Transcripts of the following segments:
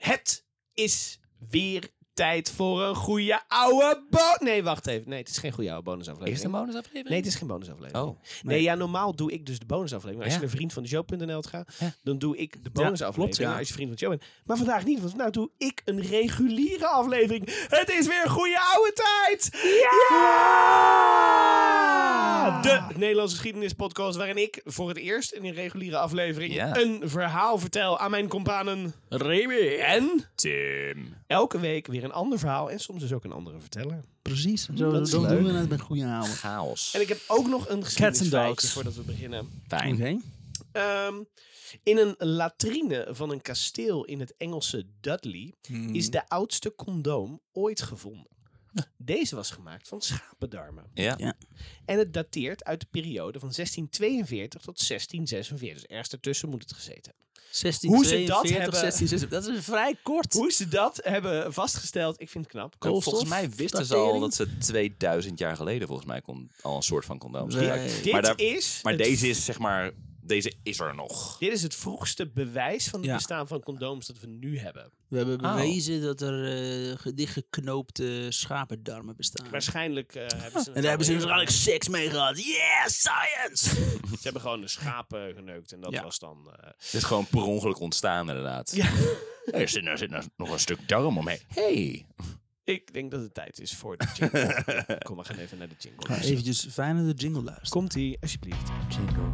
Het is weer tijd voor een goede oude Nee, wacht even. Nee, het is geen goede oude bonusaflevering. Is het een bonusaflevering? Nee, het is geen bonusaflevering. Oh. Nee, normaal doe ik dus de bonusaflevering. Als je naar vriendvandeshow.nl gaat, dan doe ik de bonusaflevering. klopt, Als je vriend van de show bent. Maar vandaag niet, want nou doe ik een reguliere aflevering. Het is weer een goede oude tijd! Ja! De Nederlandse geschiedenispodcast waarin ik voor het eerst in een reguliere aflevering een verhaal vertel aan mijn companen Remy en Tim. elke week weer een ander verhaal en soms dus ook een andere verteller. Precies, zo Dat is doen leuk. we het met goede avond. Chaos. En ik heb ook nog een Cats and geschiedenisfeitje dogs. voordat we beginnen. Fijn. Oké. In een latrine van een kasteel in het Engelse Dudley is de oudste condoom ooit gevonden. Deze was gemaakt van schapendarmen. Ja. En het dateert uit de periode van 1642 tot 1646. Dus ergens ertussen moet het gezeten hebben. 1642, 1646. Dat is vrij kort. Hoe ze dat hebben vastgesteld, ik vind het knap. Nou, volgens mij wisten ze al dat ze 2000 jaar geleden volgens mij al een soort van condoom gebruikten. Maar deze is zeg maar... Deze is er nog. Dit is het vroegste bewijs van het bestaan van condooms dat we nu hebben. We hebben bewezen dat er dichtgeknoopte schapendarmen bestaan. Waarschijnlijk hebben ze... En daar hebben ze waarschijnlijk seks mee gehad. Yeah, science! Ze hebben gewoon de schapen geneukt en dat was dan... Het is gewoon per ongeluk ontstaan inderdaad. Ja. Er zit nog een stuk darm omheen. Hey. Ik denk dat het tijd is voor de jingle. Kom, we gaan even naar de jingle. Ga eventjes fijn naar de jingle luisteren. Komt-ie, alsjeblieft. Jingle.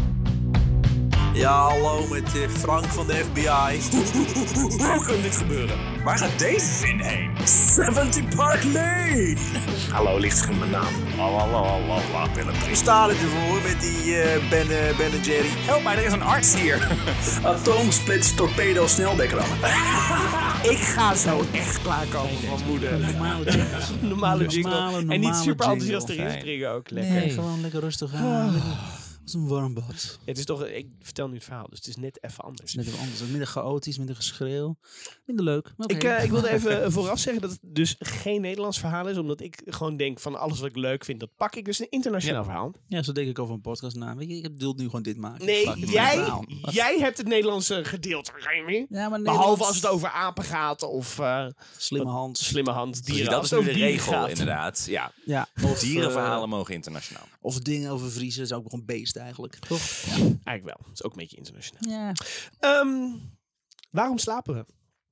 Ja, hallo met Frank van de FBI. Hoe kan dit gebeuren? Waar gaat deze zin heen? 70 Park Lane. Hallo, lichtscherm mijn naam. Willem, hoe staat het ervoor met die Ben en Jerry? Help mij, er is een arts hier. Atoomsplits torpedo sneldekker. Ik ga zo echt klaarkomen van moeder. Normale jingle. En niet super enthousiast erin springen ook. Lekker. Nee, gewoon lekker rustig aan. Als een warm bad. Het is toch, ik vertel nu het verhaal, dus het is net even anders. Net even anders. Minder chaotisch, minder geschreeuw. Minder leuk. Okay. Ik wilde even vooraf zeggen dat het dus geen Nederlands verhaal is. Omdat ik gewoon denk van alles wat ik leuk vind, dat pak ik. Dus een internationaal verhaal. Ja, zo denk ik over een podcastnaam. Weet je, ik bedoel nu gewoon dit maken. Nee, jij hebt het Nederlandse gedeelte, Remy. Ja, maar behalve als het over apen gaat of... Slimme hand. Dieren. Dat is nu de regel inderdaad. Ja. Of dierenverhalen mogen internationaal. Of dingen over vriezen, dat is ook nog een beest eigenlijk. Toch? Ja, eigenlijk wel. Dat is ook een beetje internationaal. Ja. Waarom slapen we?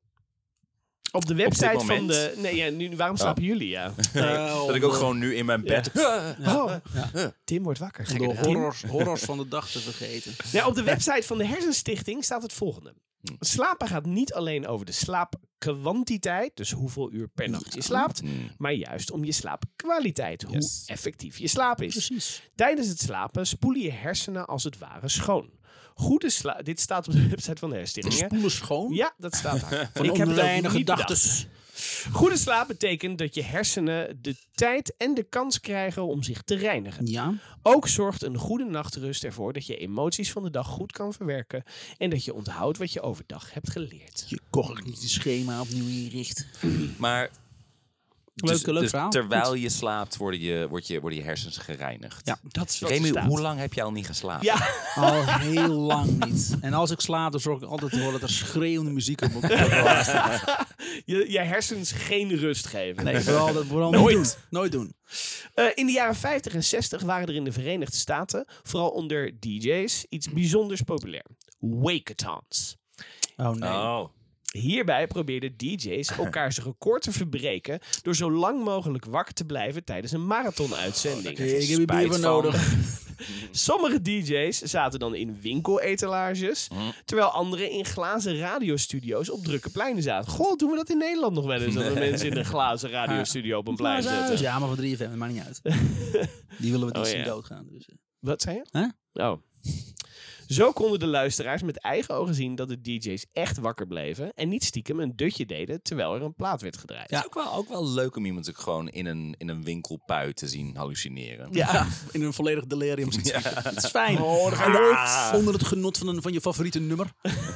Op de website van de... Nee, waarom slapen jullie? Ja. Dat ik ook gewoon nu in mijn bed... Tim wordt wakker. Om de horrors van de dag te vergeten. Ja, op de website van de Hersenstichting staat het volgende. Slapen gaat niet alleen over de slaapkwantiteit, dus hoeveel uur per nacht je slaapt, maar juist om je slaapkwaliteit, hoe effectief je slaap is. Precies. Tijdens het slapen spoelen je hersenen als het ware schoon. Dit staat op de website van de Hersenstichting. Spoelen schoon? Ja, dat staat daar. Van onreine gedachten. Goede slaap betekent dat je hersenen de tijd en de kans krijgen om zich te reinigen. Ja. Ook zorgt een goede nachtrust ervoor dat je emoties van de dag goed kan verwerken en dat je onthoudt wat je overdag hebt geleerd. Je cognitieve schema opnieuw inricht. Maar leuk verhaal. Terwijl je slaapt worden je hersens gereinigd. Ja, dat is wat Remy, hoe lang heb je al niet geslapen? Ja. Al heel lang niet. En als ik slaap, dan zorg ik altijd voor dat er schreeuwende muziek op mijn kop. Je hersens geen rust geven. Nee, vooral nooit doen. In de jaren 50 en 60 waren er in de Verenigde Staten, vooral onder DJ's, iets bijzonders populair. Wake-a-thons. Oh nee. Oh. Hierbij probeerden DJ's elkaars record te verbreken door zo lang mogelijk wakker te blijven tijdens een marathonuitzending. Ik heb je bier voor nodig. Sommige DJ's zaten dan in winkeletalages, terwijl anderen in glazen radiostudio's op drukke pleinen zaten. Goh, doen we dat in Nederland nog wel eens? Dat we mensen in een glazen radiostudio op een plein zetten. Ja, maar van 3FM, dat maakt niet uit. Die willen we niet zien doodgaan. Dus. Wat zei je? Huh? Oh. Zo konden de luisteraars met eigen ogen zien dat de DJ's echt wakker bleven en niet stiekem een dutje deden terwijl er een plaat werd gedraaid. Ja, ook wel leuk om iemand ook gewoon in een winkelpui te zien hallucineren. Ja, in een volledig delirium. Ja. Dat is fijn. Onder het genot van je favoriete nummer.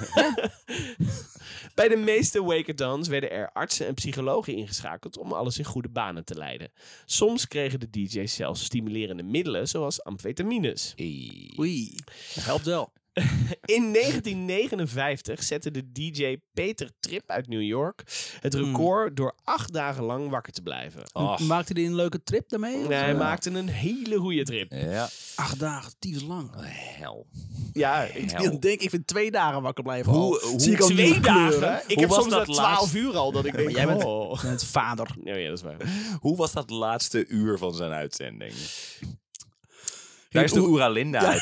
Bij de meeste wake-a-thons werden er artsen en psychologen ingeschakeld om alles in goede banen te leiden. Soms kregen de DJ's zelfs stimulerende middelen zoals amfetamines. Oei, dat helpt wel. In 1959 zette de DJ Peter Tripp uit New York het record door 8 dagen lang wakker te blijven. Maakte hij een leuke trip daarmee? Nee, hij maakte een hele goede trip. Ja. 8 dagen, tyfus lang. Hel. Ja, Ik vind 2 dagen wakker blijven. Hoe zie ik al 2 dagen? Ik heb was soms dat 12 uur al dat ik denk, jij bent het vader. Ja, dat is waar. Hoe was dat laatste uur van zijn uitzending? Daar is de Oeralinda uit.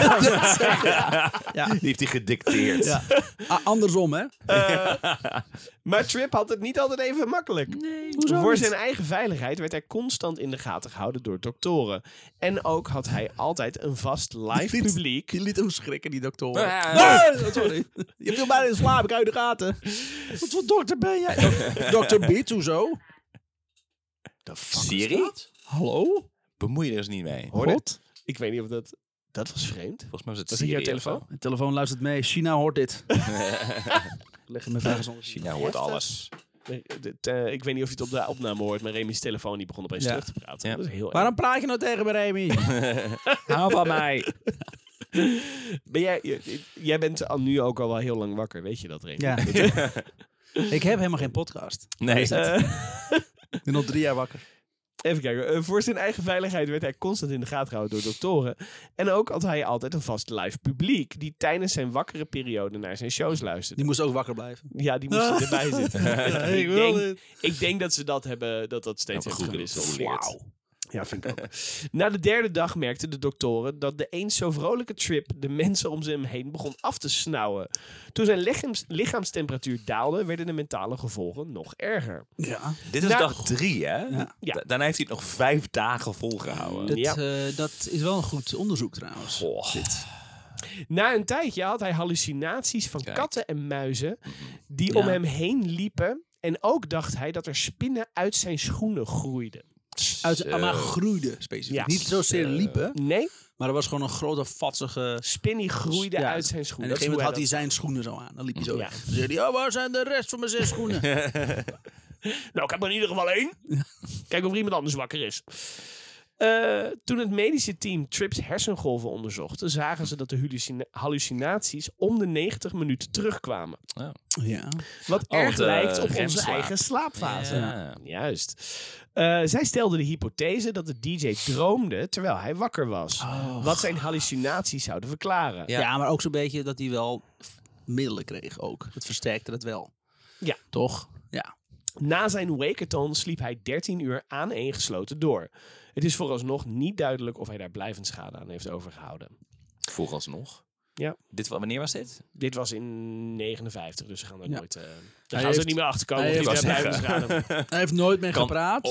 Ja. Die heeft hij gedicteerd. Ja. Andersom, hè? Maar Tripp had het niet altijd even makkelijk. Hoezo Voor niet? zijn eigen veiligheid werd hij constant in de gaten gehouden door doktoren. En ook had hij altijd een vast live publiek. Je liet hem schrikken, die doktoren. Sorry. Je viel bijna in slaap, ik hou je de gaten. Wat voor dokter ben jij? Dr. Beat, hoezo? Siri? Hallo? Bemoei je er eens niet mee. God? Ik weet niet of dat... Dat was vreemd. Volgens mij was het Was dat Siri. jouw telefoon? De telefoon luistert mee. China hoort dit. Leg hem even ergens onder. China hoort alles. Ik weet niet of je het op de opname hoort, maar Remy's telefoon die begon opeens terug te praten. Ja. Dat is heel erg. Waarom praat je nou tegen me, Remy? Hou van mij. Jij bent nu ook al wel heel lang wakker, weet je dat, Remy? Ja. Ik heb helemaal geen podcast. Nee. Ik ben al 3 jaar wakker. Even kijken. Voor zijn eigen veiligheid werd hij constant in de gaten gehouden door doktoren. En ook had hij altijd een vast live publiek die tijdens zijn wakkere periode naar zijn shows luisterde. Die moest ook wakker blijven. Ja, die moesten erbij zitten. Ik denk dat ze dat hebben, dat steeds heeft gewisseld. Wauw. Ja, vind ik ook. Na de 3e dag merkten de doktoren dat de eens zo vrolijke Tripp de mensen om hem heen begon af te snauwen. Toen zijn lichaamstemperatuur daalde, werden de mentale gevolgen nog erger. Ja. Dit is dag 3, hè? Ja. Ja. Daarna heeft hij het nog 5 dagen volgehouden. Dat is wel een goed onderzoek trouwens. Goh. Na een tijdje had hij hallucinaties van katten en muizen die om hem heen liepen. En ook dacht hij dat er spinnen uit zijn schoenen groeiden. Maar groeide specifiek. Ja. Niet zozeer liepen, Nee, maar er was gewoon een grote vatsige... Spinny groeide Ja. uit zijn En schoenen. op een gegeven moment had hij hij zijn schoenen zo aan. Dan liep hij zo Ja. weg. Dan zei hij, oh, waar zijn de rest van mijn 6 schoenen? Nou, ik heb er in ieder geval 1. Kijk of er iemand anders wakker is. Toen het medische team Tripp's hersengolven onderzocht, zagen ze dat de hallucinaties om de 90 minuten terugkwamen. Ja. Wat erg lijkt op onze remslaap. eigen slaapfase. Ja. Juist. Zij stelde de hypothese dat de DJ droomde terwijl hij wakker was. Wat zijn hallucinaties zouden verklaren. Ja, maar ook zo'n beetje dat hij wel middelen kreeg ook. Het versterkte het wel. Ja. Toch? Ja. Na zijn wakeathon sliep hij 13 uur aaneengesloten door. Het is vooralsnog niet duidelijk of hij daar blijvend schade aan heeft overgehouden. Vooralsnog. Ja. Wanneer was dit? Dit was in 59, dus ze gaan er Ja. nooit... Daar gaan ze er niet meer achter komen. hij Of hij heeft- daar blijvend schade aan. Hij heeft nooit meer gepraat.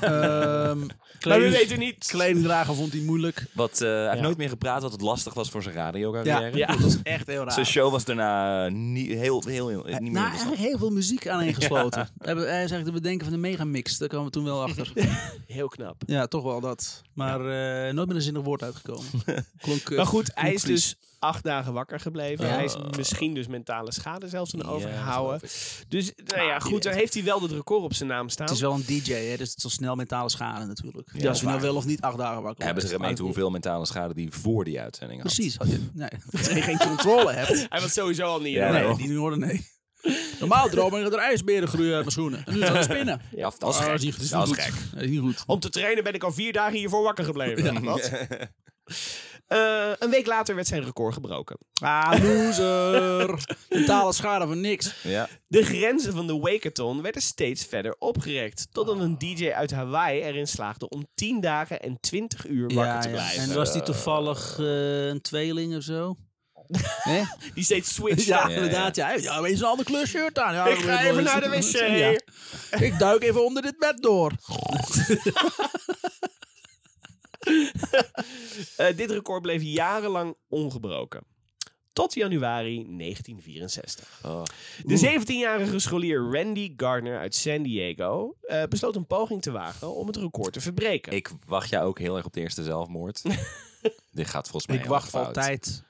Maar we weten niet. Kleding dragen vond hij moeilijk. Hij heeft nooit meer gepraat wat het lastig was voor zijn radiocarrière. Ja, dat was echt heel raar. Zijn show was daarna niet heel niet meer interessant. Eigenlijk heel veel muziek aaneengesloten. Hij is eigenlijk de bedenken van de megamix. Daar kwamen we toen wel achter. Heel knap. Ja, toch wel dat. Maar nooit met een zinnig woord uitgekomen. Maar goed, hij klonk is Fries. dus 8 dagen wakker gebleven. Hij is misschien dus mentale schade zelfs aan overgehouden. Dus nou ja, goed, dan heeft hij wel het record op zijn naam staan. Het is wel een DJ, hè, dus het is al snel mentale schade natuurlijk. Ja, Als je nou waar. wel of niet 8 dagen wakker Hebben ze blijft. gemeten hoeveel mentale schade die voor die uitzending had? Precies. Als je geen controle hebt. Hij was sowieso al niet. Ja, in Nee, orde. die niet horen, nee. Normaal dromen er ijsberen groeien uit mijn schoenen. En nu zijn er spinnen. Ja, dat is gek. Dat is niet Dat is goed. gek. Dat is niet goed. Om te trainen ben ik al 4 dagen hiervoor wakker gebleven. Wat? Een week later werd zijn record gebroken. Ah, loser. Mentale schade van niks. Ja. De grenzen van de wakeathon werden steeds verder opgerekt. Totdat een DJ uit Hawaii erin slaagde om 10 dagen en 20 uur wakker te blijven. En was die toevallig een tweeling of zo? Hè? Die steeds switcht. Ja, ja. inderdaad. Ja, ja, wees een ander kleursshirt aan. Ja, Ik ga even naar de wc. Ja. Ik duik even onder dit bed door. Dit record bleef jarenlang ongebroken. Tot januari 1964. Oh. De 17-jarige scholier Randy Gardner uit San Diego besloot een poging te wagen om het record te verbreken. Ik wacht jou ook heel erg op de eerste zelfmoord. Dit gaat volgens mij Ik heel wacht erg fout. altijd.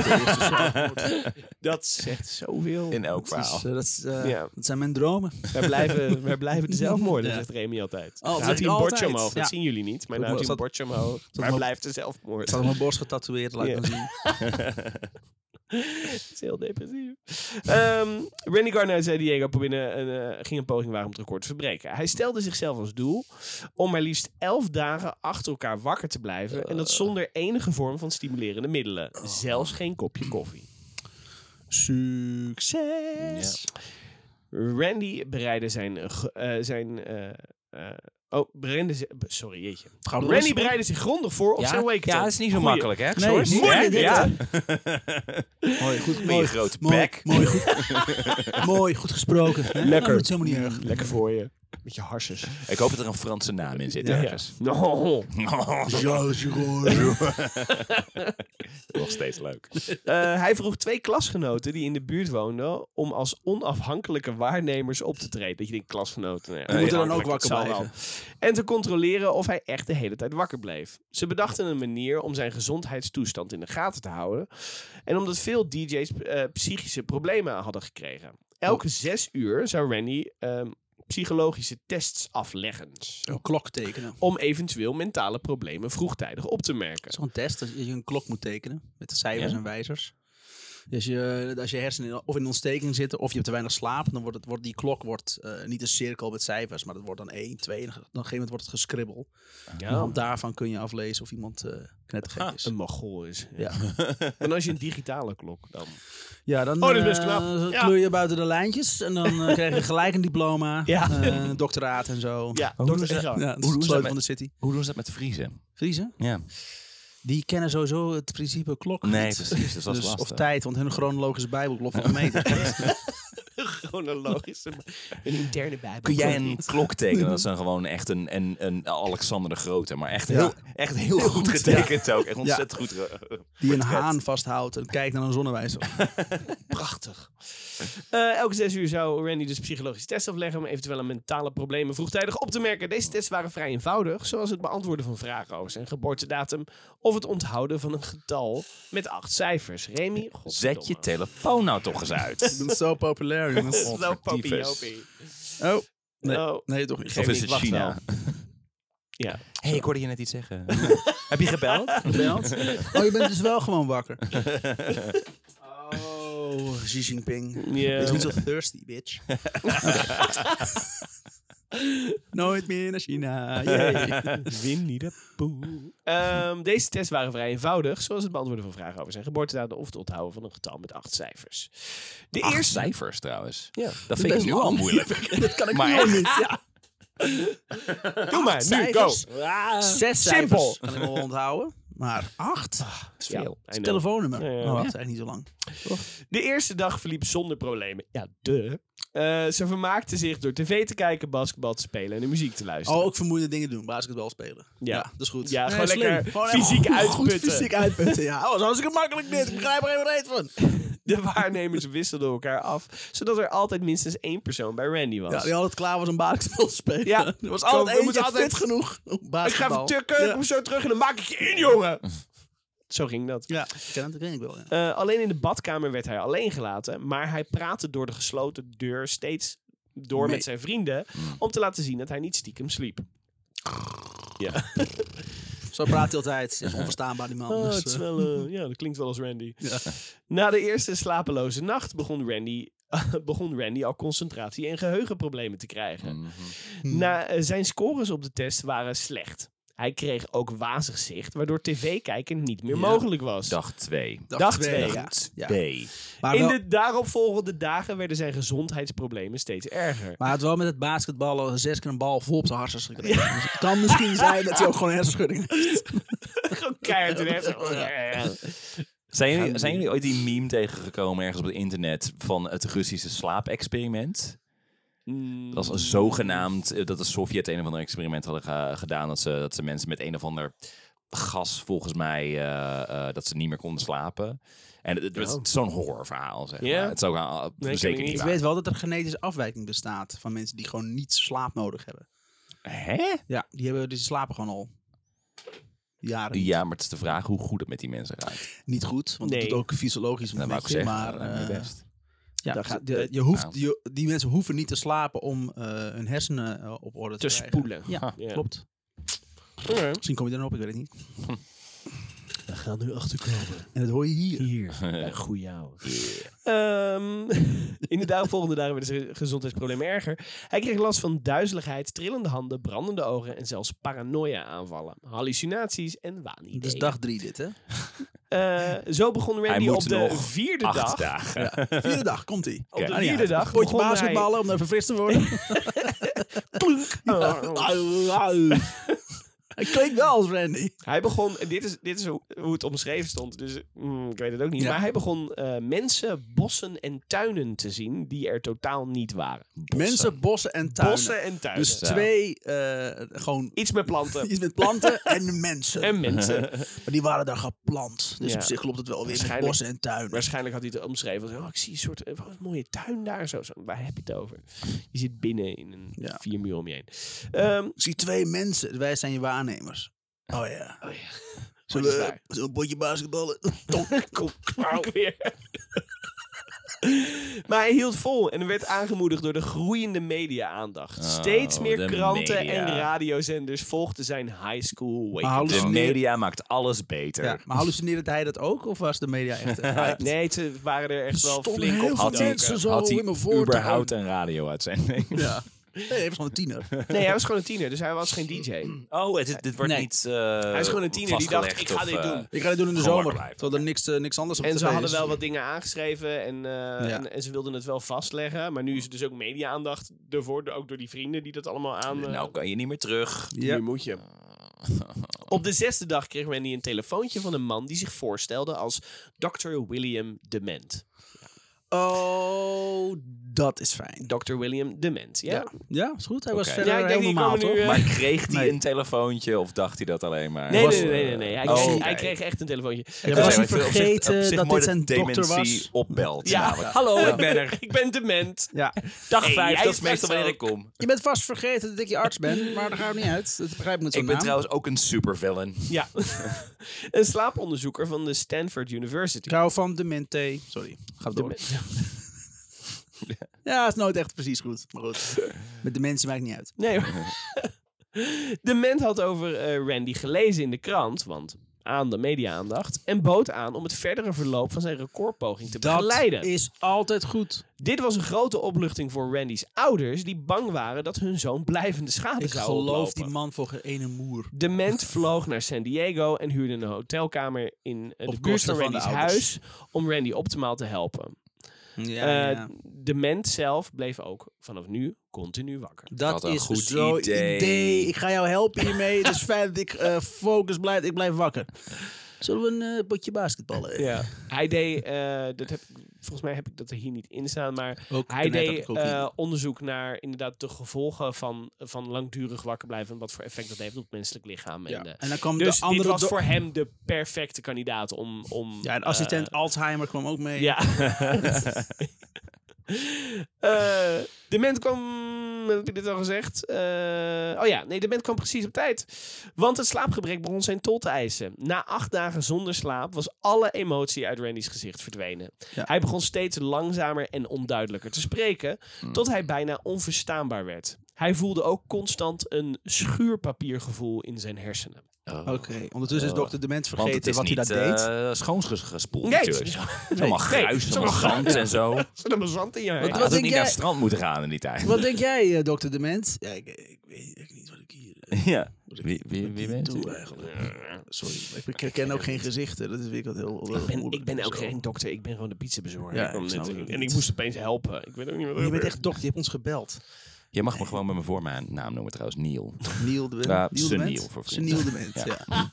Dat zegt zoveel. In elk verhaal. Ja. Dat zijn mijn dromen. Wij blijven de zelfmoorden, zegt Remy altijd. Oh, dat Houdt zeg hij ik een bordje altijd. omhoog, dat Ja. zien jullie niet. Maar nou houdt hij een bordje omhoog. Waar op- blijft de zelfmoord? Het staat op mijn borst getatoeëerd, laat ik Ja. maar zien. Het is heel depressief. Randy Gardner en San Diego ging een poging wagen om het record te verbreken. Hij stelde zichzelf als doel om maar liefst 11 dagen achter elkaar wakker te blijven. En dat zonder enige vorm van stimulerende middelen. Zelfs geen kopje koffie. Succes! Ja. Randy bereidde Randy bereidde zich grondig voor op zijn wake-up. Ja, dat is niet zo makkelijk, hè? Nee, moeilijk. Ja. Mooi, goed. Mooi grote bek. Mooi, goed gesproken. Lekker. Dat is helemaal niet erg. Lekker voor je. Met je harses. Ik hoop dat er een Franse naam in zit ergens. No. Nog steeds leuk. Hij vroeg 2 klasgenoten die in de buurt woonden om als onafhankelijke waarnemers op te treden. Dat je denkt, klasgenoten. Die moeten dan ook wakker blijven. En te controleren of hij echt de hele tijd wakker bleef. Ze bedachten een manier om zijn gezondheidstoestand in de gaten te houden. En omdat veel DJ's psychische problemen hadden gekregen. Elke 6 uur zou Randy psychologische tests afleggen. Een klok tekenen. Om eventueel mentale problemen vroegtijdig op te merken. Het is gewoon een test dat je een klok moet tekenen. Met de cijfers en wijzers. Dus als je hersenen of in ontsteking zitten of je hebt te weinig slaap, dan wordt die klok niet een cirkel met cijfers, maar dat wordt dan 1, 2 en op een gegeven moment wordt het geschribbel. Ja. En daarvan kun je aflezen of iemand knettergek is. Een mogol is. Ja. En als je een digitale klok dan... Ja, dan dat is best knap. kleur je buiten de lijntjes en dan krijg je gelijk een diploma, een doctoraat en zo. Ja, hoe doen ze van de city. Hoe doen ze dat met vriezen? Vriezen? Ja. Die kennen sowieso het principe klok niet. Nee, precies. Dus dat is lastig. Of tijd, want hun chronologische bijbel klopt van meter. Chronologische, een interne bijbel. Kun jij een klok tekenen? Dat is dan gewoon echt een Alexander de Grote. Maar echt heel goed getekend ook. Echt ontzettend goed. Die een haan vasthoudt en kijkt naar een zonnewijzer. Prachtig. Elke 6 uur zou Randy dus psychologische tests afleggen om eventuele mentale problemen vroegtijdig op te merken. Deze tests waren vrij eenvoudig, zoals het beantwoorden van vragen over zijn geboortedatum of het onthouden van een getal met 8 cijfers. Remy, zet je telefoon nou toch eens uit. Ik ben zo populair, jongens. Zo poppie. Oh, nee, toch niet. Of is het China? Ja. Hey, ik hoorde je net iets zeggen. Heb je gebeld? Oh, je bent dus wel gewoon wakker. Oh, Xi Jinping. Yeah. Is niet zo thirsty, bitch. Nooit meer naar China. Winnie de Pooh. Deze tests waren vrij eenvoudig, zoals het beantwoorden van vragen over zijn geboortedatum of het onthouden van een getal met 8 cijfers. De 8 eerste cijfers trouwens. Ja. Dat vind ik nu al moeilijk. Dat kan ik nu niet. Ja. Doe maar, nu, go. 6 cijfers kan ik wel onthouden. Maar 8? is veel. Het telefoonnummer. Ja. Oh, wacht, eigenlijk niet zo lang. De eerste dag verliep zonder problemen. Ja, ze vermaakten zich door tv te kijken, basketbal te spelen en de muziek te luisteren. Oh, ook vermoeiende dingen doen. Basketbal spelen. Ja, dat is goed. Ja, gewoon lekker fysiek uitputten. Goed fysiek uitputten, ja. Oh, zo is het makkelijk dit. Ik begrijp er even reet van. De waarnemers wisselden elkaar af, zodat er altijd minstens 1 persoon bij Randy was. Ja, die altijd klaar was om basketbal te spelen. Ja. Er was altijd eentje fit genoeg om basketbal. Ik ga even tukken, ik kom zo terug en dan maak ik je in, jongen. Zo ging dat. Ja, dat ken ik wel. Ja. Alleen in de badkamer werd hij alleen gelaten, maar hij praatte door de gesloten deur steeds door met zijn vrienden om te laten zien dat hij niet stiekem sliep. Ja. Zo praat hij altijd. Het is onverstaanbaar, die man. Oh, dus, het is wel, dat klinkt wel als Randy. Ja. Na de eerste slapeloze nacht begon Randy al concentratie- en geheugenproblemen te krijgen. Zijn scores op de test waren slecht. Hij kreeg ook wazig zicht, waardoor tv-kijken niet meer mogelijk was. Dag 2. Dag 2. Ja. In de daaropvolgende dagen werden zijn gezondheidsproblemen steeds erger. Maar hij had wel met het basketballen 6 keer een bal vol op zijn hartjes gekregen. Ja. Dus het kan misschien zijn dat hij ook gewoon hersenschudding heeft. Gewoon keihard in hersenschudding. Zijn jullie ooit die meme tegengekomen ergens op het internet van het Russische slaapexperiment? Dat was een zogenaamd, dat de Sovjet een of ander experiment hadden gedaan. Dat ze mensen met een of ander gas, volgens mij, dat ze niet meer konden slapen. En het is zo'n horrorverhaal, zeg maar. Yeah. Het is ook zeker niet Ik weet wel dat er genetische afwijking bestaat van mensen die gewoon niet slaap nodig hebben. Hè? Ja, die slapen gewoon al jaren. Ja, maar het is de vraag hoe goed het met die mensen gaat. Niet goed, want het doet ook fysiologisch een beetje. Maar best. Ja, die mensen hoeven niet te slapen om hun hersenen op orde te spoelen. Ja, klopt. Misschien kom je er dan op, ik weet het niet. We gaan nu achterkomen. En dat hoor je hier. Hier, bij Goeie Ouwe. In de volgende dagen werden zijn gezondheidsproblemen erger. Hij kreeg last van duizeligheid, trillende handen, brandende ogen en zelfs paranoia-aanvallen. Hallucinaties en waanideeën. Dus dag 3 dit, hè? Zo begon Randy Hij op moet de nog 4e 8 dag. dagen. Ja. 4e dag, komt-ie. Op de Oké. 4e dag Potje begon basketballen om even fris te worden. Hij klinkt wel als Randy. Hij begon, en dit is hoe het omschreven stond, dus ik weet het ook niet. Ja. Maar hij begon mensen, bossen en tuinen te zien die er totaal niet waren. Mensen, bossen en tuinen. Bossen en tuinen. Dus 2, gewoon Iets met planten. iets met planten en mensen. En mensen. Maar die waren daar geplant. Dus Ja. op zich klopt het wel weer met Waarschijnlijk- bossen en tuinen. Waarschijnlijk had hij het omschreven als, ik zie een soort wat een mooie tuin daar. Zo. Waar heb je het over? Je zit binnen in een 4 muur om je heen. Ik zie 2 mensen. Wij zijn je waarnemers. Oh ja. Oh ja. Zullen Potje we daar. zo'n potje basketballen? Kom weer. Maar hij hield vol en werd aangemoedigd door de groeiende media-aandacht. Steeds meer de kranten media. en radiozenders volgden zijn high school Maar wake-up De call. media maakt alles beter. Ja, maar hallucineerde hij dat ook? Of was de media echt... Nee, ze waren er echt wel Stonden flink heel op veel gedoken. mensen zo Had hij in mijn voortuin. überhaupt een radio-uitzending? Ja. Nee, hij was gewoon een tiener. Nee, hij was gewoon een tiener, dus hij was geen DJ. Oh, dit wordt Nee. niet Hij is gewoon een tiener die dacht, vastgelegd ik ga of, dit doen. Ik ga dit doen in de Gewoon zomer. blijven. Terwijl er niks anders op En tv ze hadden is. wel wat dingen aangeschreven en ze wilden het wel vastleggen. Maar nu is er dus ook media-aandacht ervoor, ook door die vrienden die dat allemaal aan... Nou kan je niet meer terug. Ja. Nu moet je. Op de 6e dag kreeg Randy een telefoontje van een man die zich voorstelde als Dr. William Dement. Oh, dat is fijn. Dr. William Dement, ja. Ja, is goed. Hij was Oké. verder Ja, ik denk heel die normaal, komen nu, toch? Maar kreeg hij Nee. een telefoontje of dacht hij dat alleen maar? Nee, was- nee. Hij, Oh, kreeg, oké. hij kreeg echt een telefoontje. Ja, was hij op zich- vergeten op zich dat mooi dit zijn dokter dementie was? opbelt. Ja. namelijk. Hallo, ik ben er. Ik ben Dement. Ja. Dag Hey, 5, jij dat is straks meestal wanneer ook. ik kom. Je bent vast vergeten dat ik je arts ben, maar daar gaat het niet uit. Dat begrijp ik met zo'n Ik ben naam. trouwens ook een supervillain. Ja. Een slaaponderzoeker van de Stanford University. Ik hou van Demente. Sorry, gaat door. Ja, is nooit echt precies goed. Maar goed, met dementie maakt niet uit. Nee hoor. Dement had over Randy gelezen in de krant, want aan de media-aandacht, en bood aan om het verdere verloop van zijn recordpoging te begeleiden. Dat is altijd goed. Dit was een grote opluchting voor Randy's ouders, die bang waren dat hun zoon blijvende schade Ik zou geloof oplopen. die man voor geen ene moer. Dement vloog naar San Diego en huurde een hotelkamer in de buurt kosten van van de Randy's ouders. huis om Randy optimaal te helpen. Ja. Dement zelf bleef ook vanaf nu continu wakker. Dat Wat een is goed zo'n idee. Ik ga jou helpen hiermee. Het is fijn dat ik focus blijf. Ik blijf wakker. Zullen we een potje basketballen? Ja. Hij deed, volgens mij heb ik dat er hier niet in staan, maar Ook hij net had deed ik ook niet. onderzoek naar inderdaad de gevolgen van langdurig wakker blijven en wat voor effect dat heeft op het menselijk lichaam. Ja. En En dan kwam dus de andere dit was do- voor hem de perfecte kandidaat om Ja, de assistent Alzheimer kwam ook mee. ja. Dement kwam... Heb ik dit al gezegd? Dement kwam precies op tijd. Want het slaapgebrek begon zijn tol te eisen. Na 8 dagen zonder slaap was alle emotie uit Randy's gezicht verdwenen. Ja. Hij begon steeds langzamer en onduidelijker te spreken, tot hij bijna onverstaanbaar werd. Hij voelde ook constant een schuurpapiergevoel in zijn hersenen. Oké, ondertussen is dokter Dement Want het vergeten is wat hij niet daar deed. schoongespoeld Nee, natuurlijk. Het is allemaal Nee, gruis, het is allemaal allemaal zand en zo. Er zit een zand in je Wat- heen. Hij wat had ook denk niet jij- naar het strand moeten gaan in die tijd. Wat denk jij, dokter Dement? Ja, ik weet echt niet wat ik hier... Ja. Wie bent u? doe eigenlijk. Sorry, ik herken ook geen gezichten. Dat is weer wat heel... Ik ben ook geen dokter, ik ben gewoon de pizzabezorger. Ja, Ik kwam ik net- snap het en niet. ik moest opeens helpen. Ik weet ook niet wat er Je bent gebeurde. echt dokter, je hebt ons gebeld. Je mag me gewoon met mijn voornaam noemen trouwens, Neil. Neil de Ja, Neil Sir Dement? Neil voor Sir vrienden. Neil Dement, ja.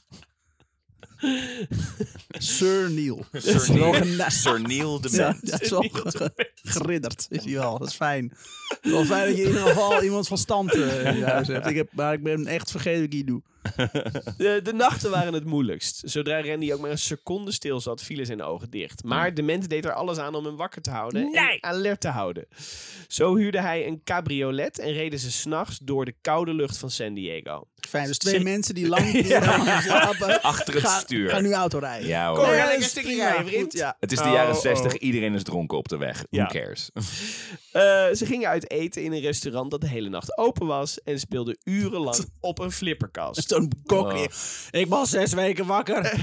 Sir Neil. Sir Wel Neil, gena- Sir Neil de Ja, Ment. dat is wel geridderd, is hij wel. Dat is fijn. Wel fijn dat je in ieder geval iemand van stand in je huis hebt. Maar ik ben echt vergeten wat ik hier doe. De nachten waren het moeilijkst. Zodra Randy ook maar een seconde stil zat, vielen zijn ogen dicht. Maar Dement deed er alles aan om hem wakker te houden en alert te houden. Zo huurde hij een cabriolet en reden ze 's nachts door de koude lucht van San Diego. Fijn, dus 2 mensen die lang slapen, Achter het stuur. gaan nu auto rijden. Ja hoor. Kom, Nee, ga dat lekker is een stukje prima, rijden, vriend. goed, ja. Het is de jaren 60, iedereen is dronken op de weg. Ja. Who cares? Ze gingen uit eten in een restaurant dat de hele nacht open was en speelden urenlang op een flipperkast. Zo'n kok. Ik was 6 weken wakker.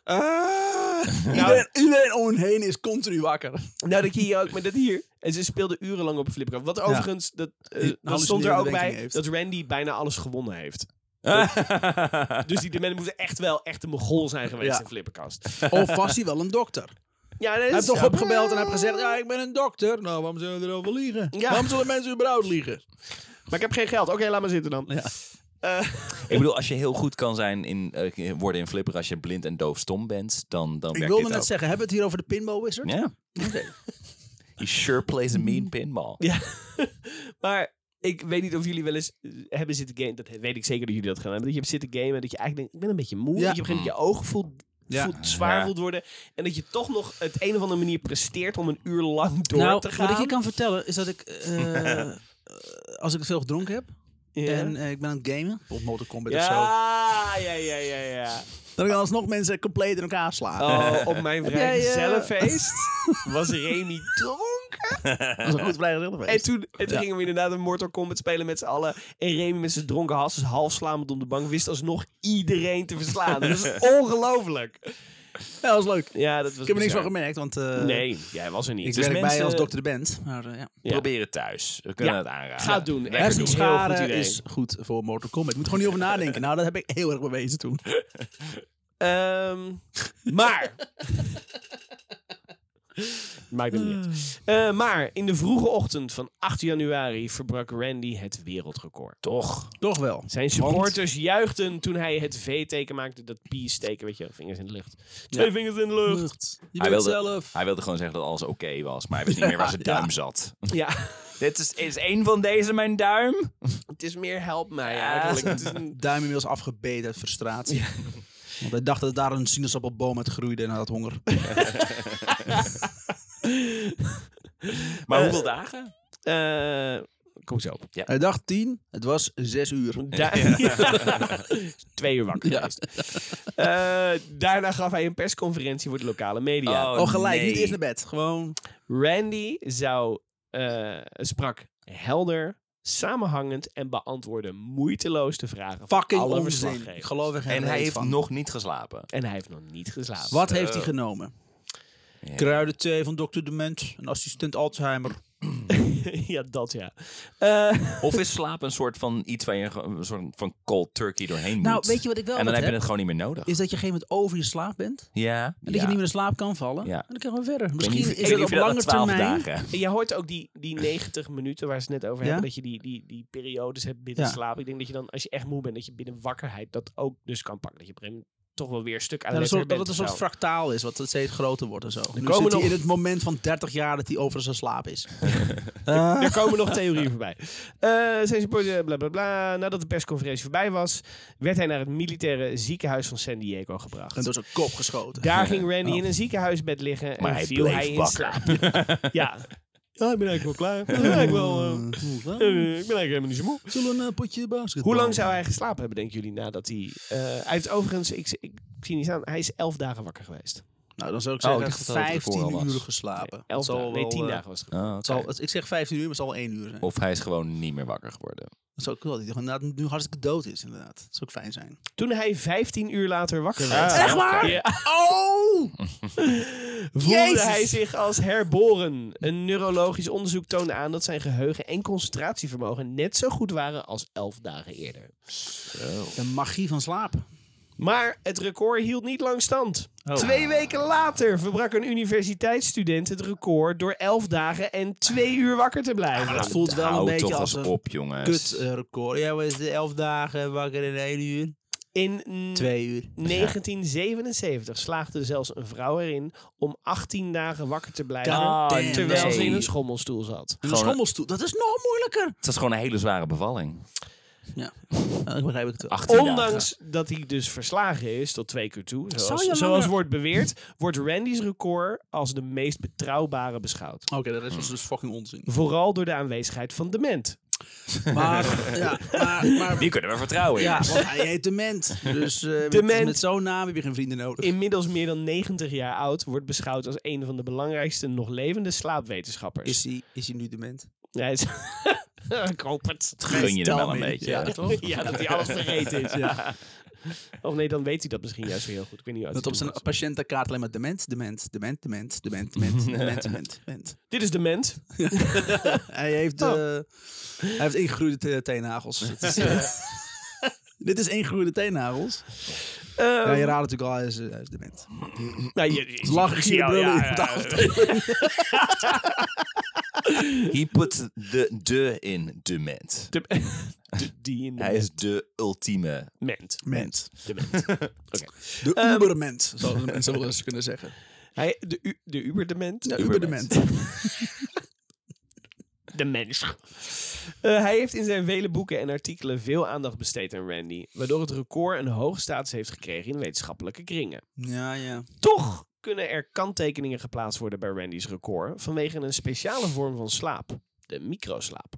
Iedereen om hen heen is continu wakker. Nou, dat je hier ook, maar dat hier. En ze speelden urenlang op een flipperkast. Wat overigens, dat stond er ook bij, dat Randy bijna alles gewonnen heeft. Dus die dementen moeten echt wel echt een mogol zijn geweest in flipperkast. Of was hij wel een dokter? Ja, Hij heeft toch opgebeld en heeft gezegd, ja, ik ben een dokter. Nou, waarom zullen we erover liegen? Ja. Waarom zullen mensen überhaupt liegen? Maar ik heb geen geld. Oké, laat maar zitten dan. Ja. Ik bedoel, als je heel goed kan zijn worden in flipper, als je blind en doof-stom bent, dan werkt Ik wilde dit net ook. zeggen, hebben we het hier over de Pinball Wizard? Ja. Okay. He sure plays a mean pinball. Ja, maar ik weet niet of jullie wel eens hebben zitten gamen. Dat weet ik zeker dat jullie dat gaan hebben. Dat je hebt zitten gamen en dat je eigenlijk denkt, ik ben een beetje moe. Ja. Dat je op een gegeven moment je ogen voelt zwaar voelt worden. En dat je toch nog het een of andere manier presteert om een uur lang door te gaan. Wat ik je kan vertellen is dat ik, als ik veel gedronken heb en ik ben aan het gamen, bijvoorbeeld Mortal Kombat of zo, Ja. dan kan alsnog mensen compleet in elkaar slaan. Oh, op mijn vrijgezellenfeest was Remy dronken. Dat is een goed vrijgezellenfeest. En toen gingen we inderdaad een Mortal Kombat spelen met z'n allen. En Remy met zijn dronken hasses half slamend om de bank wist alsnog iedereen te verslaan. Dat is ongelooflijk. Ja, dat was leuk. Ja, dat was Ik heb er niks van bizar. gemerkt, want Nee, jij was er niet. ik Dus werk bij mensen- als dokter de band. Maar Ja. Probeer het thuis. We kunnen het aanraden. Ga het doen. Echt een heel goed Hersenschade idee. is goed voor Mortal Kombat. Je moet er gewoon niet over nadenken. Nou, dat heb ik heel erg bewezen toen. Maar... Maakt het niet uit. Maar in de vroege ochtend van 8 januari verbrak Randy het wereldrecord. Toch? Toch wel. Zijn supporters juichten toen hij het V-teken maakte. Dat peace-teken, weet je, vingers in de lucht. Twee vingers in de lucht. Je Hij bent wilde, zelf. hij wilde gewoon zeggen dat alles oké was, maar hij wist niet meer waar zijn duim zat. Ja, Dit is één van deze mijn duim? het is meer help mij eigenlijk. Het is een... Duim inmiddels afgebeten uit frustratie. Want hij dacht dat daar een sinaasappelboom uit groeide en hij had honger. Maar hoeveel dagen? Kom zo. Hij dacht 10, het was 6 uur. 2 uur wakker geweest. Daarna gaf hij een persconferentie voor de lokale media. Oh, gelijk. nee. Niet eerst naar bed. Gewoon... Randy sprak helder, samenhangend en beantwoordde moeiteloos de vragen van Fucking alle onzin. verslaggevers. Ik geloof er geen En hij reet heeft van. nog niet geslapen. En hij heeft nog niet geslapen. Wat heeft hij genomen? Ja. Kruidenthee van Dr. Dement. Een assistent Alzheimer. Ja, dat ja. Of is slaap een soort van iets waar je een soort van cold turkey doorheen moet? Nou, weet je wat ik wel en dan wat heb je het gewoon niet meer nodig. Is dat je op een gegeven moment over je slaap bent. Ja. En dat je niet meer in slaap kan vallen. Ja. En dan gaan we verder. Ik weet Misschien niet- ik is weet het niet op of je dat lange na 12 termijn... dagen. En je hoort ook die 90 minuten waar ze het net over Ja? hebben. Dat je die periodes hebt binnen Ja. slaap. Ik denk dat je dan, als je echt moe bent, dat je binnen wakkerheid dat ook dus kan pakken. Dat je op een gegeven moment toch wel weer een stuk aan Dat het het bent. een of soort zo. fractaal is, wat steeds groter wordt en zo. Nu komen zit hij nog- in het moment van 30 jaar dat hij over zijn slaap is. Er komen nog theorieën voorbij. Zijn supporter, bla bla bla. Nadat de persconferentie voorbij was, werd hij naar het militaire ziekenhuis van San Diego gebracht. En door zijn kop geschoten. Daar ging Randy in een ziekenhuisbed liggen Maar en hij viel bleef hij in wakker. slaap. Ja, ik ben eigenlijk wel klaar. Ik ben eigenlijk helemaal niet zo moe. Zullen we een potje basketbal? Hoe lang zou hij geslapen hebben, denken jullie, nadat hij... hij heeft overigens, ik zie niet staan, hij is 11 dagen wakker geweest. Nou, dan zou ik Oh, zeggen ik dacht dat het record 15 al was. uur geslapen. 11 Het zal dagen, nee, wel, 10 dagen was het. Oh, het zal, oké. ik zeg 15 uur, maar het zal 1 uur zijn. Of hij is gewoon niet meer wakker geworden. Dat zou ook wel. Dat hij inderdaad nu hartstikke dood is, inderdaad. Dat zou ook fijn zijn. Toen hij 15 uur later wakker werd... Echt waar? Ja. Oh! Voelde Jezus! hij zich als herboren. Een neurologisch onderzoek toonde aan dat zijn geheugen en concentratievermogen net zo goed waren als 11 dagen eerder. De magie van slaap. Maar het record hield niet lang stand. Oh. 2 weken later verbrak een universiteitsstudent het record door 11 dagen en 2 uur wakker te blijven. Dat voelt wel een Hou beetje toch als eens een op, jongens. kut record. Ja, wat is de 11 dagen wakker in 1 uur? In 2 uur. 1977 slaagde zelfs een vrouw erin om 18 dagen wakker te blijven. Ah, terwijl ze nee. in een schommelstoel zat. En een Gewoon- schommelstoel. Dat is nog moeilijker. Het was gewoon een hele zware bevalling. Ja, ik begrijp het wel. 18 dagen. Ondanks dat hij dus verslagen is tot 2 keer toe, Zou je zoals langer- wordt beweerd, wordt Randy's record als de meest betrouwbare beschouwd. Oké, dat is dus fucking onzin. Vooral door de aanwezigheid van dement. Maar, ja, maar Die kunnen we vertrouwen. ja, jongens. want hij heet Dement. Dus Dement. met zo'n naam heb je geen vrienden nodig. Inmiddels meer dan 90 jaar oud, wordt beschouwd als een van de belangrijkste nog levende slaapwetenschappers. Is hij nu Dement? Ja, hij is... Ik hoop het. Gun je hem wel een me. beetje. Ja, toch? Ja, dat hij alles vergeten is. Ja. Of nee, dan weet hij dat misschien juist weer heel goed. Ik weet niet uit Dat op zijn patiëntenkaart alleen maar dement. Dit is dement. Hij heeft ingegroeide teennagels. Dit is ingegroeide teennagels. Ja, je raadt natuurlijk al, hij is dement. Nou, je lachen, zie je brullen. He put de in dement. Die in de Hij is de ultieme ment. Dement. Oké. De uberment, zoals mensen wel eens kunnen zeggen. De uberdement. De uberdement. De mens. Hij heeft in zijn vele boeken en artikelen veel aandacht besteed aan Randy, waardoor het record een hoge status heeft gekregen in wetenschappelijke kringen. Ja. Toch kunnen er kanttekeningen geplaatst worden bij Randy's record vanwege een speciale vorm van slaap, de microslaap.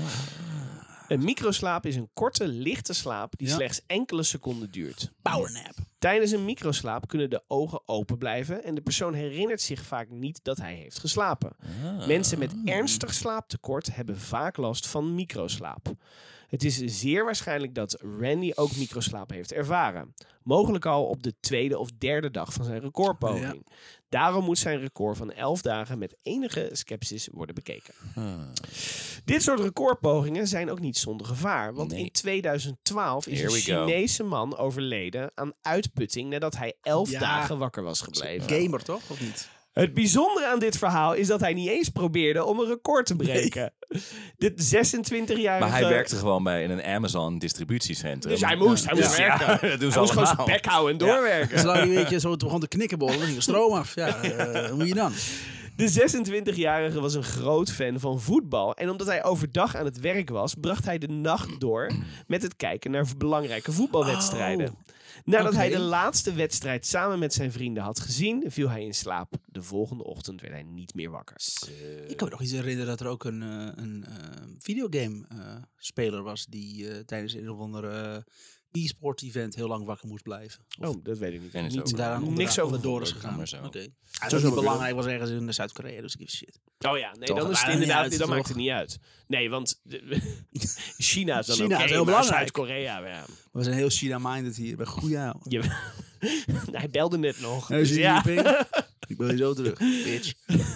Een microslaap is een korte, lichte slaap die slechts enkele seconden duurt. Powernap. Tijdens een microslaap kunnen de ogen open blijven en de persoon herinnert zich vaak niet dat hij heeft geslapen. Mensen met ernstig slaaptekort hebben vaak last van microslaap. Het is zeer waarschijnlijk dat Randy ook microslaap heeft ervaren. Mogelijk al op de 2e of 3e dag van zijn recordpoging. Ja. Daarom moet zijn record van 11 dagen met enige sceptisch worden bekeken. Dit soort recordpogingen zijn ook niet zonder gevaar. Want in 2012 is een Chinese man overleden aan uitputting nadat hij 11 dagen wakker was gebleven. Gamer toch, of niet? Het bijzondere aan dit verhaal is dat hij niet eens probeerde om een record te breken. Dit 26-jarige... Maar hij werkte gewoon in een Amazon distributiecentrum. Dus hij moest werken. Ja, dat doen ze hij moest gewoon zijn bek houden en doorwerken. Zolang je zo begon te knikkenbollen, dan ging de stroom af. Ja, hoe moet je dan? De 26-jarige was een groot fan van voetbal. En omdat hij overdag aan het werk was, bracht hij de nacht door met het kijken naar belangrijke voetbalwedstrijden. Nadat hij de laatste wedstrijd samen met zijn vrienden had gezien, viel hij in slaap. De volgende ochtend werd hij niet meer wakker. Ik kan me nog iets herinneren dat er ook een videogame-speler was die tijdens een of andere e-sport event heel lang wakker moest blijven. Dat weet ik niet. Niks over door is gegaan. Oké. Hij was niet belangrijk, was ergens in Zuid-Korea, dus give a shit. Oh ja, nee, dan is het inderdaad, dan maakt het niet uit. Nee, want China is dan China is heel belangrijk. Zuid-Korea, ja. We zijn heel China-minded hier. Bij goeie ouwe. Hij belde net nog. Dus ja. Ik bel je zo terug, bitch.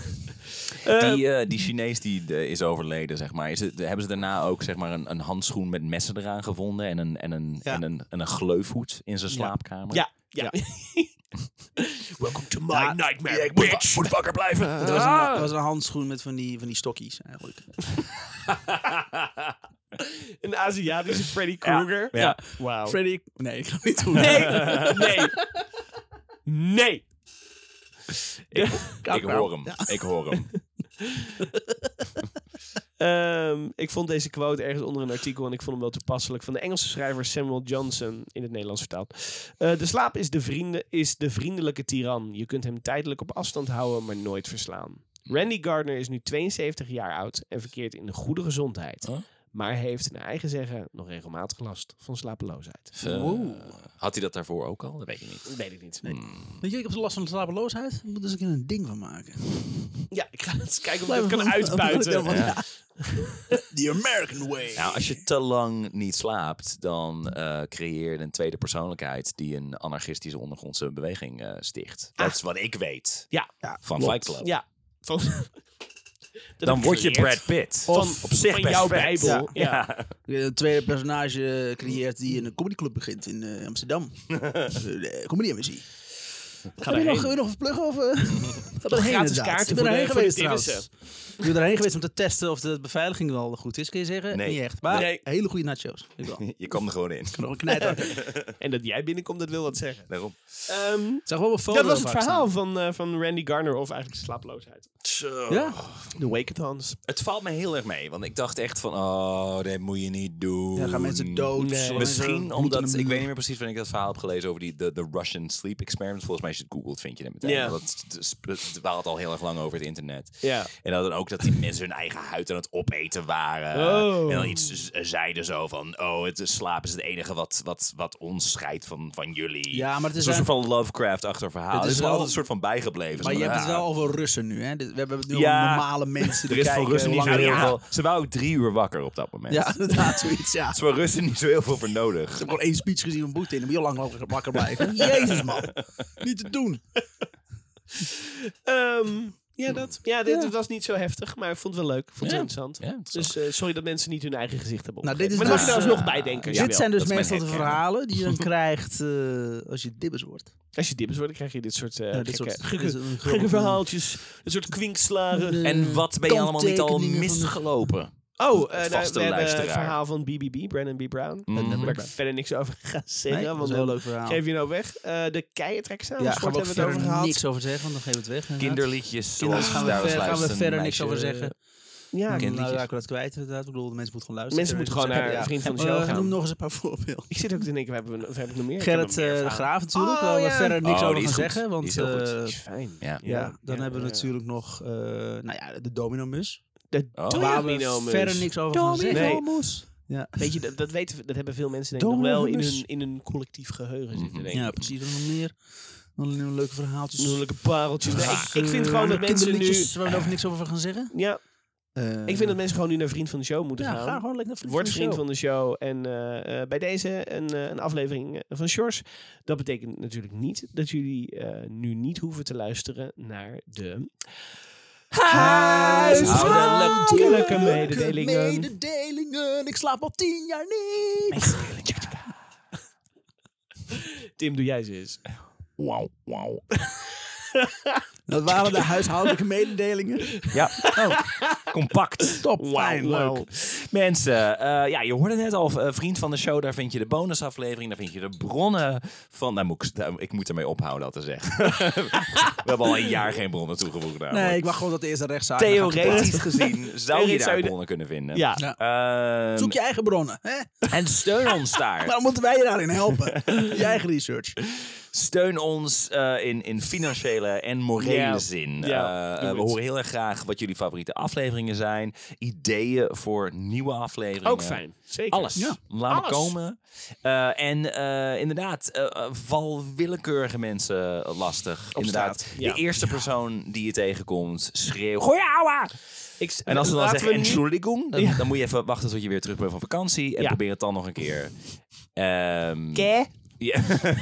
Die Chinees die is overleden, zeg maar. Hebben ze daarna ook zeg maar, een handschoen met messen eraan gevonden en een gleufhoed in zijn slaapkamer? Ja. Welcome to my nightmare, bitch. Moet wakker blijven. Het was een handschoen met van die stokjes, eigenlijk. Een Aziatische Freddy Krueger. Ja. Wow. Freddy... Nee, ik ga het niet doen. Nee. Ik hoor hem. Ja. Ik hoor hem. Ik vond deze quote ergens onder een artikel en ik vond hem wel toepasselijk van de Engelse schrijver Samuel Johnson, in het Nederlands vertaald. De slaap is de vriendelijke tiran. Je kunt hem tijdelijk op afstand houden, maar nooit verslaan. Randy Gardner is nu 72 jaar oud en verkeert in goede gezondheid. Maar heeft naar eigen zeggen nog regelmatig last van slapeloosheid. Had hij dat daarvoor ook al? Dat weet je niet. Dat weet ik niet. Nee. Weet je, ik heb last van slapeloosheid. Ik moet dus een ding van maken. Ja, ik ga eens kijken of ik dat kan uitbuiten. The American way. Nou, als je te lang niet slaapt, dan creëer je een tweede persoonlijkheid die een anarchistische ondergrondse beweging sticht. Dat is wat ik weet van Fight Club. Ja, dan word je Brad Pitt. Op zich van jouw Bijbel. Ja. Een tweede personage creëert die in een comedyclub begint in Amsterdam. De Comedy-MC. Ga je nog verpluggen? Of, gratis kaarten voor de geweest. Ik ben erheen geweest om te testen of de beveiliging wel goed is, kun je zeggen? Nee. Niet echt. Maar hele goede nachos. Je kwam er gewoon in. Kan nog een knijter. En dat jij binnenkomt, dat wil wat zeggen. Daarom. Zag wel een foto. Dat was het verhaal van Randy Gardner, of eigenlijk slaaploosheid. Ja. De Wake-a-thons. Het valt me heel erg mee, want ik dacht echt van, dat moet je niet doen. Ja, gaan mensen dood. Nee. Misschien omdat, ik weet niet meer precies wanneer ik dat verhaal heb gelezen over de Russian Sleep Experiment. Volgens mij als je het googelt, vind je het meteen. Ja. Want we hadden het al heel erg lang over het internet. Ja. En dan ook dat die mensen hun eigen huid aan het opeten waren. Oh. En dan iets zeiden zo van... het slaap is het enige wat ons scheidt van jullie. Ja, maar het is een soort van Lovecraft-achtig verhaal. Het Het is is wel wel- altijd een soort van bijgebleven. Maar Zo je van, hebt het wel over Russen nu, hè? We hebben het nu Ja. over normale mensen die Er is voor kijken. Russen niet zo langer- heel Ja. veel... Ze waren ook 3 uur wakker op dat moment. Ja, inderdaad, zoiets, ja. Er is voor Russen niet zo heel veel voor nodig. Ik heb gewoon 1 speech gezien van Poetin. Dan moet je lang wakker blijven. Jezus, man. Niet te doen. Dit was niet zo heftig, maar ik vond het wel leuk. Ik vond het interessant. Ja, interessant. Dus sorry dat mensen niet hun eigen gezicht hebben Nou, opgegeven. dit is Maar daar mag je dus, er alsnog bij denken. als je Dit wil. zijn dus Dat is meestal de mijn verhalen die je dan krijgt als je dibbers wordt. Als je dibbers wordt, dan krijg je dit soort gekke gekke verhaaltjes. Een soort kwinkslagen. En wat ben je allemaal niet al kanttekeningen van de- misgelopen? We vaste hebben het luisteraar. verhaal van BBB, Brandon B. Brown. Mhm. Waar ik verder niks over ga zeggen. Nee, dat want is een heel dan leuk verhaal. geef je nou weg. De keientrek Ja, samen. gaan we ook hebben we het verder over gehad. niks over zeggen, want dan geven we het weg. inderdaad. Kinderliedjes. Kinderen zoals gaan we verder niks over zeggen. Ja, Dan kinderliedjes. raken we dat kwijt, inderdaad. Ik bedoel, de mensen moeten gewoon luisteren. mensen moeten gewoon naar Ja. Vriend van de Show gaan. Noem nog eens een paar voorbeelden. Ik zit ook te denken, we hebben nog meer. Gerrit Ik heb nog meer de verhalen. Graaf natuurlijk, Oh, waar we ja. verder niks Oh, over die gaan is goed. zeggen. Want Die is heel goed. Dat is fijn. Ja. dan hebben we natuurlijk nog de Domino-mus. De Waar we Domino-mus. verder niks over gaan zeggen. Nee. Ja. Weet je, dat hebben veel mensen denk ik nog wel Domino-mus. in hun collectief geheugen zitten. Mhm. Denk Ja, ik. precies. Er nog meer. Nog leuke verhaaltjes. Leuke pareltjes. Nee, ik vind gewoon dat mensen nu... kinderliedjes waar we over niks over gaan zeggen. Ja, ik vind dat mensen gewoon nu naar Vriend van de Show moeten Ja, gaan. ga gewoon lekker naar Word vriend Show. van de show. En bij deze een aflevering van Shores. Dat betekent natuurlijk niet dat jullie nu niet hoeven te luisteren naar de huishoudelijke mededelingen. Ik slaap al 10 jaar niet. Tim, doe jij ze eens. Wauw. Dat waren de huishoudelijke mededelingen. Ja. Compact. Top, fijn, Wauw. leuk. Mensen, je hoorde net al, vriend van de show, daar vind je de bonusaflevering, daar vind je de bronnen van... ik moet ermee ophouden dat te zeggen. We hebben al een jaar geen bronnen toegevoegd. Nee, ik wacht gewoon dat de eerste rechtszaak... Theoretisch gezien zou je zou daar je bronnen kunnen vinden. Ja. Zoek je eigen bronnen. Hè? En steun ons daar. Waarom moeten wij je daarin helpen? Je eigen research. Steun ons in financiële en morele zin. Ja, doe we het. horen heel erg graag wat jullie favoriete afleveringen zijn. Ideeën voor nieuwe afleveringen. Ook fijn. Zeker. Alles. Ja. Laat me Alles. komen. Inderdaad, val willekeurige mensen lastig. Inderdaad, straat. Ja. de eerste persoon die je tegenkomt, schreeuw. Goeie ouwe! En als ze dan laten zeggen we nu- Entschuldigung, dan moet je even wachten tot je weer terug bent van vakantie. En Ja. probeer het dan nog een keer. Ke? Ja.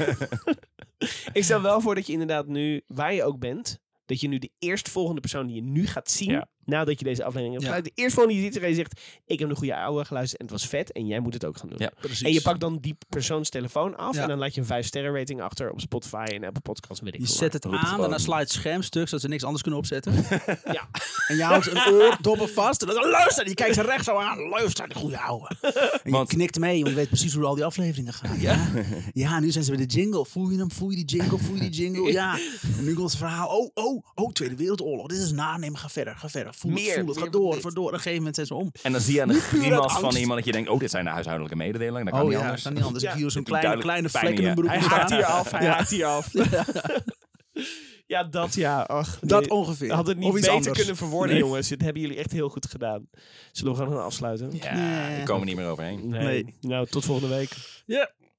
Ik stel wel voor dat je inderdaad nu, waar je ook bent, dat je nu de eerstvolgende persoon die je nu gaat zien, Ja. nadat je deze aflevering hebt Ja. geluisterd, de eerstvolgende die je ziet en je zegt, ik heb een goede ouwe geluisterd en het was vet en jij moet het ook gaan doen. Ja, precies. En je pakt dan die persoons telefoon af Ja. en dan laat je een 5-sterren rating achter op Spotify en Apple Podcasts, weet ik Je veel zet het roep het aan, gewoon. daarna slaat het scherm stuk, zodat ze niks anders kunnen opzetten. waar. Ja. En je houdt een oordoppen vast. En dan luister, je kijkt ze recht zo aan. Luister, die goede ouwe. En je Want- knikt mee, want je weet precies hoe al die afleveringen gaan. Ja, nu zijn ze bij de jingle. Voel je hem? Voel je die jingle? Voel je die jingle? Ja. En nu komt het verhaal. Oh, Tweede Wereldoorlog. Dit is na. Nee, maar ga verder. Voel Meer, het. Ga meer door. van dit. Op een gegeven moment zijn ze om. En dan zie je aan de Niet puur uit grimas van angst. iemand dat je denkt, dit zijn de huishoudelijke mededelingen. Dat kan niet anders. kan niet anders. Ja. Ik hier zo'n Zit die kleine duidelijk vlek in pijn mijn in broek Hij staan. haakt hier af, hij haakt hier af. Ja, dat ja. Ach, Dat nee. ongeveer. Had het niet Of iets beter anders. kunnen verwoorden, Nee. jongens. Dit hebben jullie echt heel goed gedaan. Zullen we gewoon gaan afsluiten? Ja, daar komen we niet meer overheen. Nee. Nou, tot volgende week. Ja.